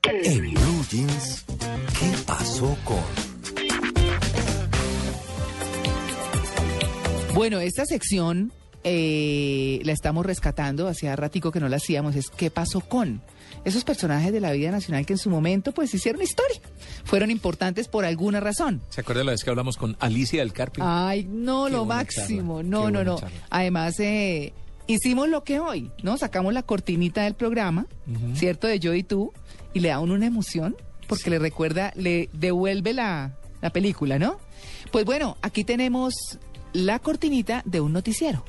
En Blue Jeans, ¿qué pasó con...? Bueno, esta sección la estamos rescatando, hacía ratico que no la hacíamos, es ¿qué pasó con? Esos personajes de la vida nacional que en su momento pues hicieron historia, fueron importantes por alguna razón. ¿Se acuerda la vez que hablamos con Alicia del Carpio? Ay, no, Qué lo buena máximo, charla, no. charla. Además, hicimos lo que hoy, ¿no? Sacamos la cortinita del programa, ¿cierto? De Yo y Tú, y le da a uno una emoción, porque le recuerda, le devuelve la película, ¿no? Pues bueno, aquí tenemos la cortinita de un noticiero.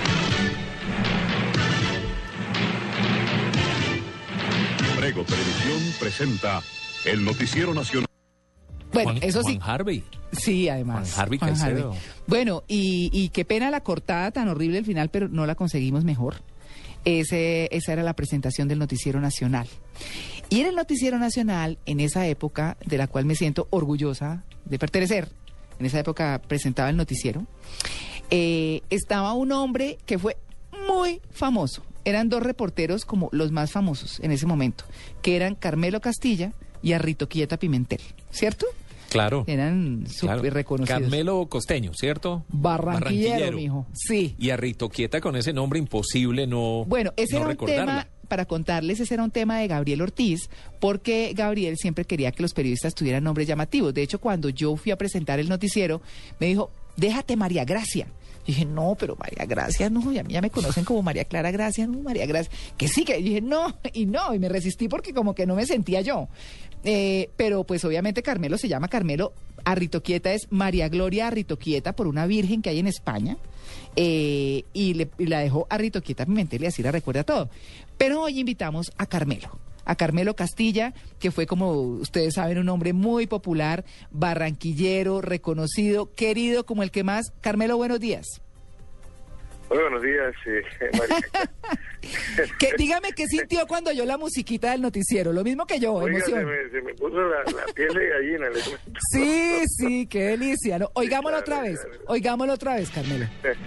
Prego Televisión presenta el Noticiero Nacional. Bueno, eso sí. Juan Harvey. Sí, además. Juan Harvey Caicedo. Bueno, y qué pena la cortada tan horrible al final, pero no la conseguimos mejor. Esa era la presentación del Noticiero Nacional. Y en el Noticiero Nacional, en esa época, de la cual me siento orgullosa de pertenecer, en esa época presentaba el noticiero, estaba un hombre que fue muy famoso. Eran dos reporteros como los más famosos en ese momento, que eran Carmelo Castilla y Arrito Quieta Pimentel, ¿cierto? Claro. Eran súper reconocidos. Carmelo Costeño, ¿cierto? Barranquillero, mijo. Sí. Y Arrito Quieta, con ese nombre imposible no. Bueno, ese no era un recordarla. tema, para contarles, ese era un tema de Gabriel Ortiz, porque Gabriel siempre quería que los periodistas tuvieran nombres llamativos. De hecho, cuando yo fui a presentar el noticiero, me dijo, déjate María Gracia. Y dije, no, pero María Gracia no, y a mí ya me conocen como María Clara Gracia, no, María Gracia, que sí, que dije, no, y me resistí porque como que no me sentía yo. Pero pues obviamente Carmelo se llama Carmelo, Arrito Quieta es María Gloria Arrito Quieta por una virgen que hay en España, y la dejó Arrito Quieta Pimentel y así la recuerda todo. Pero hoy invitamos a Carmelo Castilla, que fue, como ustedes saben, un hombre muy popular, barranquillero, reconocido, querido como el que más. Carmelo, buenos días. Muy buenos días, María. Dígame qué sintió cuando oyó la musiquita del noticiero, lo mismo que yo, Oiga, emoción. se me puso la piel de gallina. Sí, qué delicia. ¿No? Oigámoslo otra vez, Carmelo.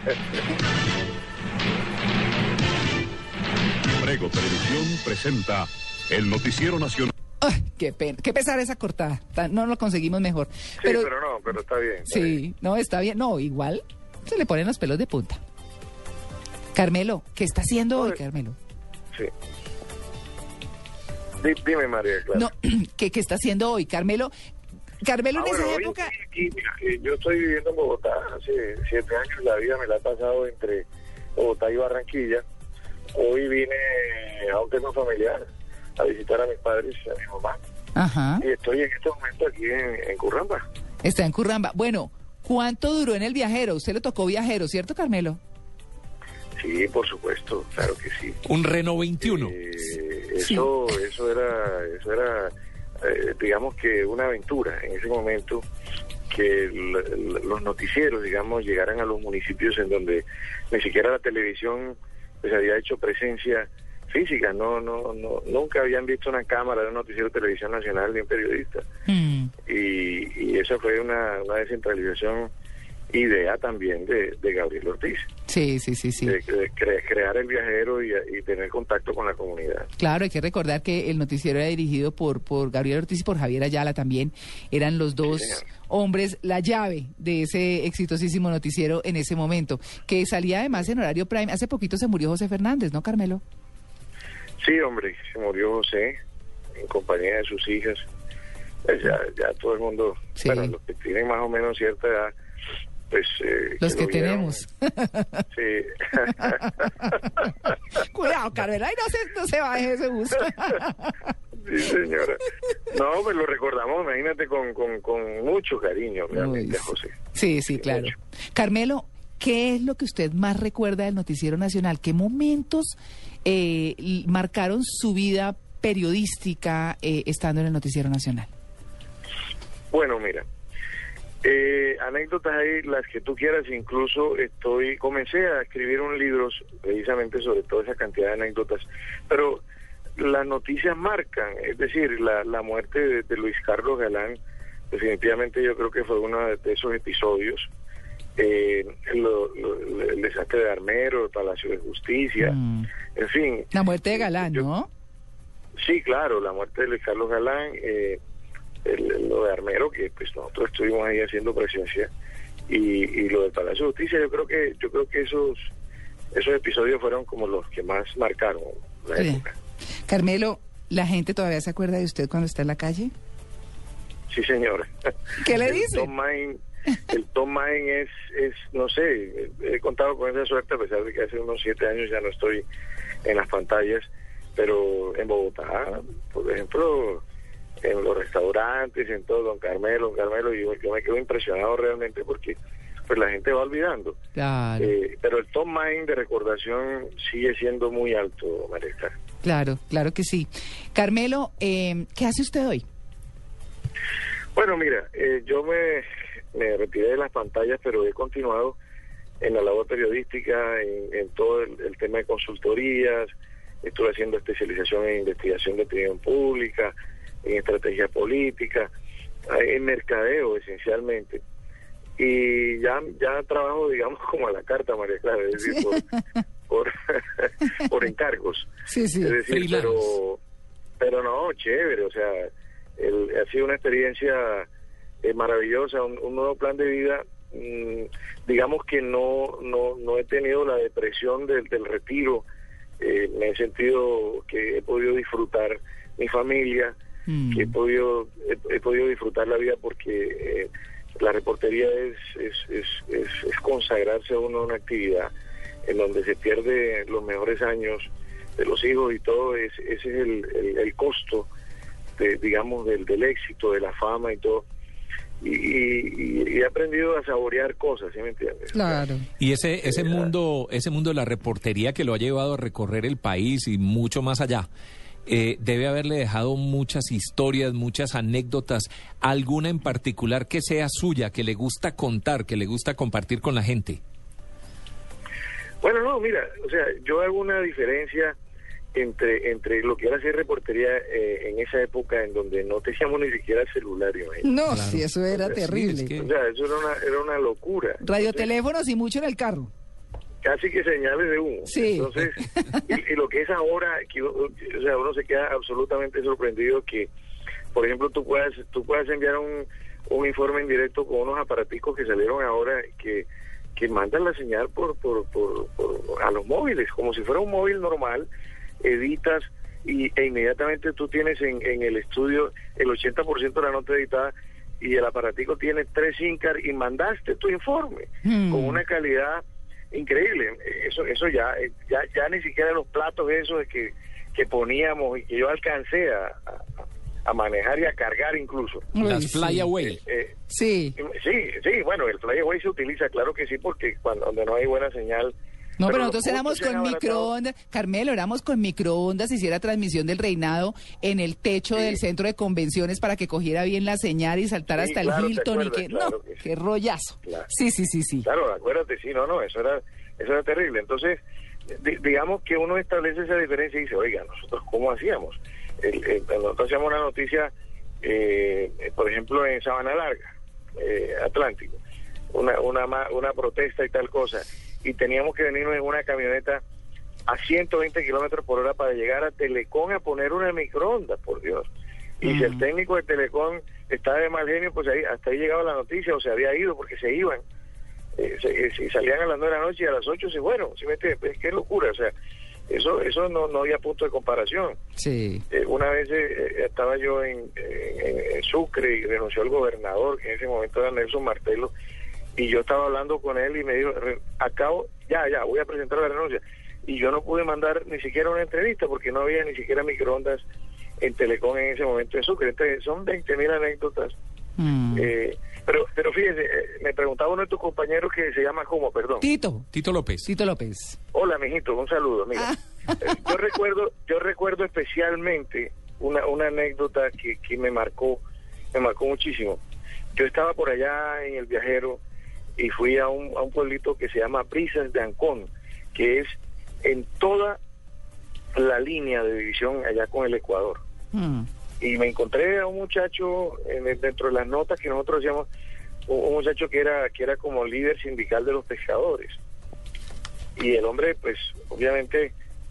Prego Televisión presenta el Noticiero Nacional. Ay, qué pena, qué pesar esa cortada. No lo conseguimos mejor. Sí, pero está bien. Sí, no, está bien. No, igual se le ponen los pelos de punta. Carmelo, ¿qué está haciendo hoy, Carmelo? Sí. Dime, María, claro. No, ¿qué está haciendo hoy, Carmelo? Carmelo, en esa época... Aquí, mira, yo estoy viviendo en Bogotá hace 7 años. La vida me la ha pasado entre Bogotá y Barranquilla. Hoy vine a un tema familiar a visitar a mis padres y a mi mamá. Ajá. Y estoy en este momento aquí en Curramba. Está en Curramba. Bueno, ¿cuánto duró en el viajero? Usted le tocó viajero, ¿cierto, Carmelo? Sí, por supuesto, claro que sí. Un Renault 21. Eso era digamos que una aventura en ese momento, que los noticieros, digamos, llegaran a los municipios en donde ni siquiera la televisión pues había hecho presencia física, nunca habían visto una cámara de un noticiero de televisión nacional ni un periodista. Y esa fue una descentralización, idea también de Gabriel Ortiz. Sí. De crear el viajero y tener contacto con la comunidad. Claro, hay que recordar que el noticiero era dirigido por Gabriel Ortiz y por Javier Ayala también. Eran los dos hombres, la llave de ese exitosísimo noticiero en ese momento, que salía además en horario prime. Hace poquito se murió José Fernández, ¿no, Carmelo? Sí, hombre, se murió José en compañía de sus hijas. Pues ya todo el mundo, sí. Bueno, los que tienen más o menos cierta edad, pues... los que tenemos. Sí. Cuidado, Carmelo, ahí no se baje ese bus. Sí, señora. No, pues lo recordamos, imagínate, con mucho cariño, realmente, a José. Sí, claro. Mucho. Carmelo, ¿qué es lo que usted más recuerda del Noticiero Nacional? ¿Qué momentos marcaron su vida periodística estando en el Noticiero Nacional? Bueno, mira, anécdotas hay las que tú quieras. Incluso comencé a escribir un libro precisamente sobre toda esa cantidad de anécdotas, pero las noticias marcan, es decir, la muerte de Luis Carlos Galán, definitivamente yo creo que fue uno de esos episodios. El desastre de Armero, el Palacio de Justicia, en fin. La muerte de Galán, ¿no? Sí, claro, la muerte de Luis Carlos Galán, lo de Armero, que pues nosotros estuvimos ahí haciendo presencia, y lo del Palacio de Justicia, yo creo que esos episodios fueron como los que más marcaron la época. Carmelo, ¿la gente todavía se acuerda de usted cuando está en la calle? Sí, señora. ¿Qué le dice? El Tom Main es, no sé, he contado con esa suerte a pesar de que hace unos 7 años ya no estoy en las pantallas, pero en Bogotá, por ejemplo, en los restaurantes, en todo, Don Carmelo, yo me quedo impresionado realmente porque pues la gente va olvidando. Claro. Pero el top mind de recordación sigue siendo muy alto, María Clara. Claro, claro que sí. Carmelo, ¿qué hace usted hoy? Bueno, mira, yo me retiré de las pantallas, pero he continuado en la labor periodística, en todo el tema de consultorías. Estuve haciendo especialización en investigación de opinión pública, en estrategia política, en mercadeo esencialmente. Y ya trabajo, digamos, como a la carta, María Clara, es decir, por encargos. Sí, sí. Es decir, pero no, chévere, o sea, ha sido una experiencia maravillosa, un nuevo plan de vida. Digamos que no he tenido la depresión del retiro. Me he sentido que he podido disfrutar mi familia, que he podido disfrutar la vida porque la reportería es consagrarse a uno a una actividad en donde se pierde los mejores años de los hijos y todo. Ese es el costo digamos del éxito, de la fama y todo. Y he aprendido a saborear cosas, ¿sí me entiendes? Claro. Y ese mundo de la reportería que lo ha llevado a recorrer el país y mucho más allá, debe haberle dejado muchas historias, muchas anécdotas, alguna en particular que sea suya, que le gusta contar, que le gusta compartir con la gente. Bueno, no, mira, o sea, yo hago una diferencia entre lo que era hacer reportería en esa época en donde no teníamos ni siquiera celular, imagínate. No, Claro. sí, eso era terrible. Sí, es que... O sea, eso era una locura. Radioteléfonos y mucho en el carro. Casi que señales de humo. Sí. Entonces, y lo que es ahora, o sea, uno se queda absolutamente sorprendido que, por ejemplo, tú puedas enviar un informe en directo con unos aparaticos que salieron ahora que mandan la señal por a los móviles, como si fuera un móvil normal. Editas e inmediatamente tú tienes en el estudio el 80% de la nota editada y el aparatico tiene 3 SIM cards y mandaste tu informe con una calidad increíble. Eso ya ni siquiera los platos esos que poníamos y que yo alcancé a manejar y a cargar incluso. Las Flyaway. Sí. Sí, bueno, el Flyaway se utiliza, claro que sí, porque donde no hay buena señal. No, pero nosotros éramos con microondas. Carmelo, éramos con microondas, hiciera transmisión del reinado en el techo del centro de convenciones para que cogiera bien la señal y saltara hasta el Hilton y que... Claro, qué rollazo. Claro. Sí. Claro, acuérdate, sí, eso era terrible. Entonces, digamos que uno establece esa diferencia y dice, oiga, nosotros ¿cómo hacíamos? Nosotros hacíamos una noticia, por ejemplo, en Sabana Larga, Atlántico, una protesta y tal cosa, y teníamos que venirnos en una camioneta a 120 kilómetros por hora para llegar a Telecom a poner una microondas, por Dios. Y si el técnico de Telecom estaba de mal genio, pues hasta ahí llegaba la noticia, o se había ido porque se iban. Si salían a las 9 de la noche y a las 8 se fueron. ¿Sí me entiendes? Pues, qué locura, o sea, eso no había punto de comparación. Sí. Una vez estaba yo en Sucre y renunció el gobernador, que en ese momento era Nelson Martelo, y yo estaba hablando con él y me dijo, ya, voy a presentar la renuncia. Y yo no pude mandar ni siquiera una entrevista porque no había ni siquiera microondas en Telecom en ese momento en Sucre. Entonces, son 20.000 anécdotas. Pero fíjese, me preguntaba uno de tus compañeros que se llama ¿cómo? Perdón. Tito López. Hola, mijito, un saludo. Mira, yo recuerdo especialmente una anécdota que me marcó muchísimo. Yo estaba por allá en El Viajero y fui a un pueblito que se llama Brisas de Ancón, que es en toda la línea de división allá con el Ecuador. Y me encontré a un muchacho dentro de las notas que nosotros hacíamos, un muchacho que era como líder sindical de los pescadores. Y el hombre, pues, obviamente,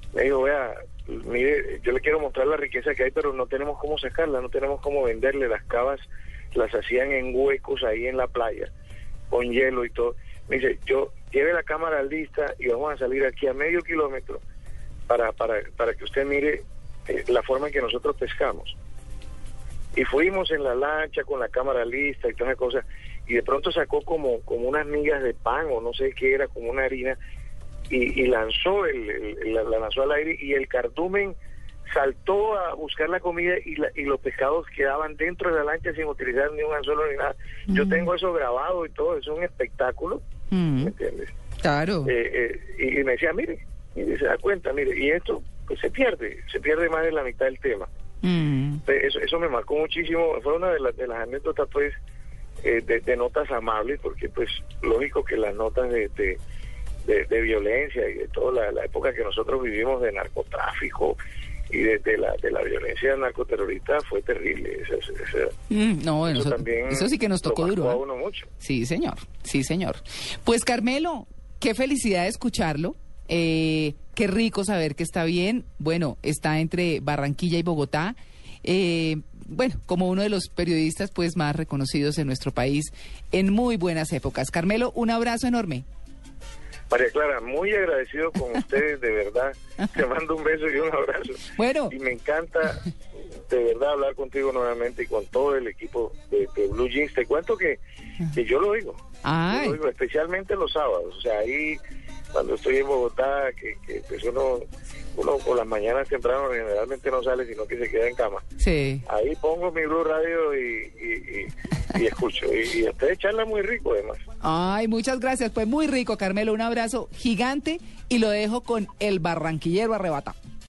Me dijo, vea, mire, yo le quiero mostrar la riqueza que hay, pero no tenemos cómo sacarla, no tenemos cómo venderle. Las cavas las hacían en huecos ahí en la playa, con hielo y todo. Me dice, yo lleve la cámara lista y vamos a salir aquí a medio kilómetro para que usted mire la forma en que nosotros pescamos. Y fuimos en la lancha con la cámara lista y todas esas cosas, y de pronto sacó como unas migas de pan o no sé qué era, como una harina, y lanzó la lanzó al aire, y el cardumen saltó a buscar la comida y los pescados quedaban dentro de la lancha sin utilizar ni un anzuelo ni nada. Yo tengo eso grabado y todo, es un espectáculo, ¿me entiendes? Claro. Y me decía, mire, se da cuenta, mire, y esto pues se pierde más de la mitad del tema. Eso me marcó muchísimo, fue una de las anécdotas pues de notas amables, porque pues lógico que las notas de violencia y de toda la época que nosotros vivimos de narcotráfico y de la violencia narcoterrorista fue terrible. No, eso sí que nos tocó duro. A uno mucho. Sí, señor. Pues Carmelo, qué felicidad escucharlo. Qué rico saber que está bien. Bueno, está entre Barranquilla y Bogotá. Bueno, como uno de los periodistas pues más reconocidos en nuestro país en muy buenas épocas. Carmelo, un abrazo enorme. María Clara, muy agradecido con ustedes, de verdad. Te mando un beso y un abrazo. Bueno. Y me encanta, de verdad, hablar contigo nuevamente y con todo el equipo de Blue Jeans. Te cuento que yo lo oigo. Ay. Yo lo oigo, especialmente los sábados. O sea, ahí, cuando estoy en Bogotá, que pues uno por las mañanas temprano generalmente no sale, sino que se queda en cama. Sí. Ahí pongo mi Blue Radio y escucho. Y ustedes charlan muy rico, además. Ay, muchas gracias. Pues muy rico, Carmelo. Un abrazo gigante y lo dejo con el barranquillero arrebatado.